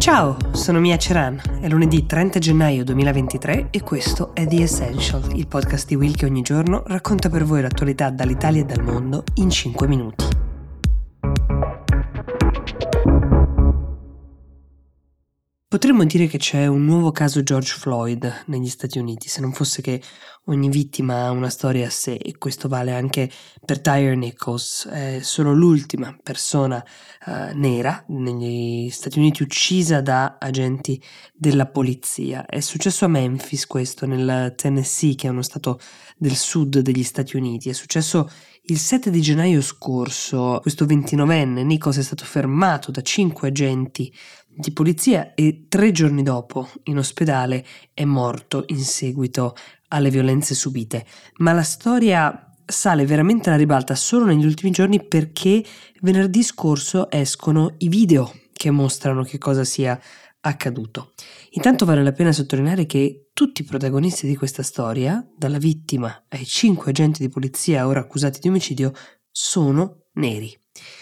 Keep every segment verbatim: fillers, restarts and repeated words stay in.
Ciao, sono Mia Ceran, è lunedì trenta gennaio duemilaventitré e questo è The Essential, il podcast di Will che ogni giorno racconta per voi l'attualità dall'Italia e dal mondo in cinque minuti. Potremmo dire che c'è un nuovo caso George Floyd negli Stati Uniti, se non fosse che ogni vittima ha una storia a sé, e questo vale anche per Tyre Nichols. È solo l'ultima persona uh, nera negli Stati Uniti uccisa da agenti della polizia. È successo a Memphis, questo, nel Tennessee, che è uno stato del sud degli Stati Uniti. È successo il sette di gennaio scorso. Questo ventinovenne Nichols è stato fermato da cinque agenti di polizia e tre giorni dopo in ospedale è morto in seguito alle violenze subite. Ma la storia sale veramente alla ribalta solo negli ultimi giorni, perché venerdì scorso escono i video che mostrano che cosa sia accaduto. Intanto vale la pena sottolineare che tutti i protagonisti di questa storia, dalla vittima ai cinque agenti di polizia ora accusati di omicidio, sono neri.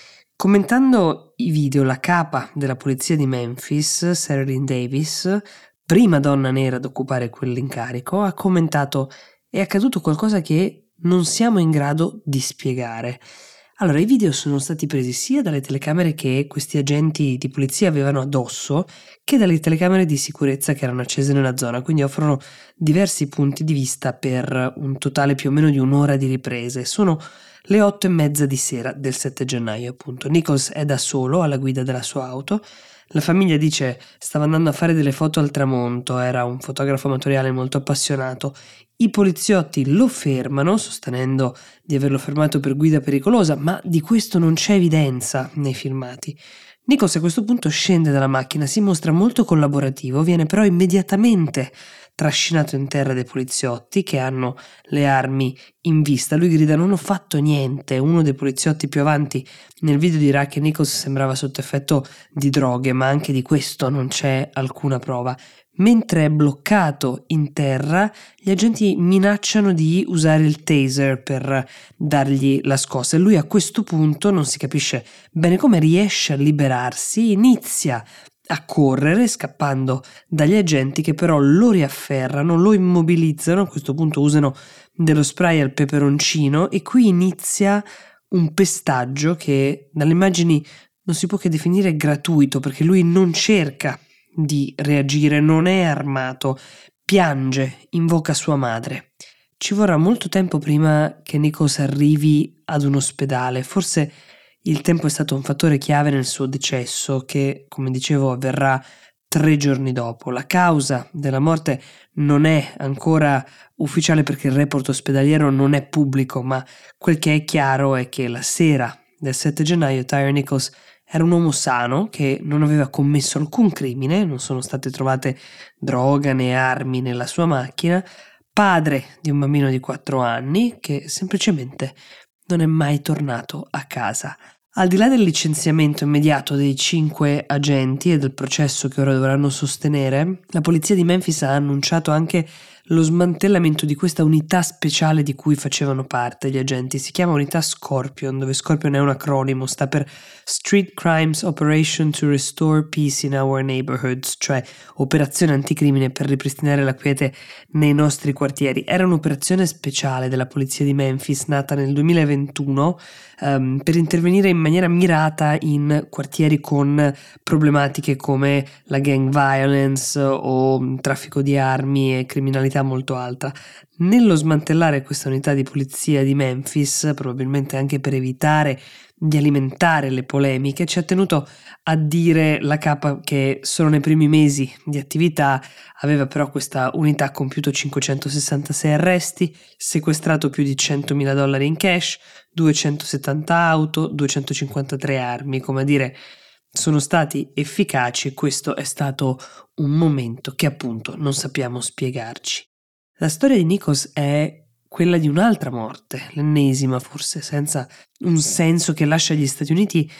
Commentando i video, la capa della polizia di Memphis, Sarah Lynn Davis, prima donna nera ad occupare quell'incarico, ha commentato: è accaduto qualcosa che non siamo in grado di spiegare. Allora, i video sono stati presi sia dalle telecamere che questi agenti di polizia avevano addosso, che dalle telecamere di sicurezza che erano accese nella zona, quindi offrono diversi punti di vista per un totale più o meno di un'ora di riprese. Sono le otto e mezza di sera del sette gennaio, appunto. Nichols è da solo alla guida della sua auto. La famiglia dice stava andando a fare delle foto al tramonto, era un fotografo amatoriale molto appassionato. I poliziotti lo fermano, sostenendo di averlo fermato per guida pericolosa, ma di questo non c'è evidenza nei filmati. Nichols a questo punto scende dalla macchina, si mostra molto collaborativo, viene però immediatamente trascinato in terra dai poliziotti che hanno le armi in vista. Lui grida: non ho fatto niente. Uno dei poliziotti più avanti nel video dirà che Nichols sembrava sotto effetto di droghe, ma anche di questo non c'è alcuna prova. Mentre è bloccato in terra, gli agenti minacciano di usare il taser per dargli la scossa e lui a questo punto, non si capisce bene come, riesce a liberarsi, inizia a correre scappando dagli agenti, che però lo riafferrano, lo immobilizzano. A questo punto usano dello spray al peperoncino e qui inizia un pestaggio che dalle immagini non si può che definire gratuito, perché lui non cerca di reagire, non è armato, piange, invoca sua madre. Ci vorrà molto tempo prima che Nichols arrivi ad un ospedale. Forse il tempo è stato un fattore chiave nel suo decesso, che, come dicevo, avverrà tre giorni dopo. La causa della morte non è ancora ufficiale perché il report ospedaliero non è pubblico, ma quel che è chiaro è che la sera del sette gennaio Tyre Nichols era un uomo sano che non aveva commesso alcun crimine, non sono state trovate droga né armi nella sua macchina, padre di un bambino di quattro anni che semplicemente non è mai tornato a casa. Al di là del licenziamento immediato dei cinque agenti e del processo che ora dovranno sostenere, la polizia di Memphis ha annunciato anche lo smantellamento di questa unità speciale di cui facevano parte gli agenti. Si chiama unità Scorpion, dove Scorpion è un acronimo, sta per Street Crimes Operation to Restore Peace in Our Neighborhoods, cioè operazione anticrimine per ripristinare la quiete nei nostri quartieri. Era un'operazione speciale della polizia di Memphis nata nel duemilaventuno um, per intervenire in maniera mirata in quartieri con problematiche come la gang violence o traffico di armi e criminalità molto alta. Nello smantellare questa unità di polizia di Memphis, probabilmente anche per evitare di alimentare le polemiche, ci ha tenuto a dire la capa che solo nei primi mesi di attività aveva però questa unità compiuto cinquecentosessantasei arresti, sequestrato più di centomila dollari in cash, duecentosettanta auto, duecentocinquantatré armi. Come a dire, sono stati efficaci e questo è stato un momento che appunto non sappiamo spiegarci. La storia di Nichols è quella di un'altra morte, l'ennesima forse, senza un senso, che lascia gli Stati Uniti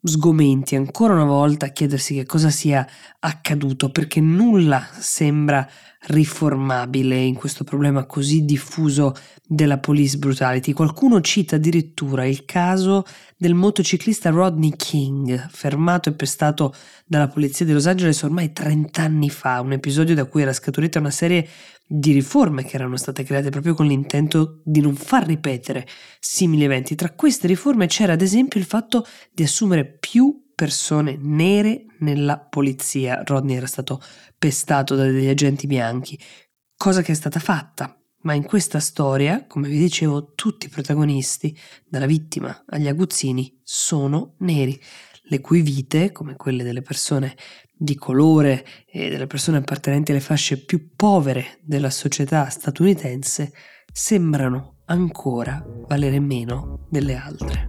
sgomenti ancora una volta a chiedersi che cosa sia accaduto, perché nulla sembra riformabile in questo problema così diffuso della police brutality. Qualcuno cita addirittura il caso del motociclista Rodney King, fermato e pestato dalla polizia di Los Angeles ormai trenta anni fa, un episodio da cui era scaturita una serie di riforme che erano state create proprio con l'intento di non far ripetere simili eventi. Tra queste riforme c'era ad esempio il fatto di assumere più persone nere nella polizia. Rodney era stato pestato da degli agenti bianchi, cosa che è stata fatta, ma in questa storia, come vi dicevo, tutti i protagonisti, dalla vittima agli aguzzini, sono neri, le cui vite, come quelle delle persone di colore e delle persone appartenenti alle fasce più povere della società statunitense, sembrano ancora valere meno delle altre.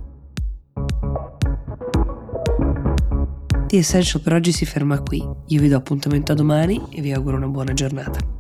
The Essential per oggi si ferma qui. Io vi do appuntamento a domani e vi auguro una buona giornata.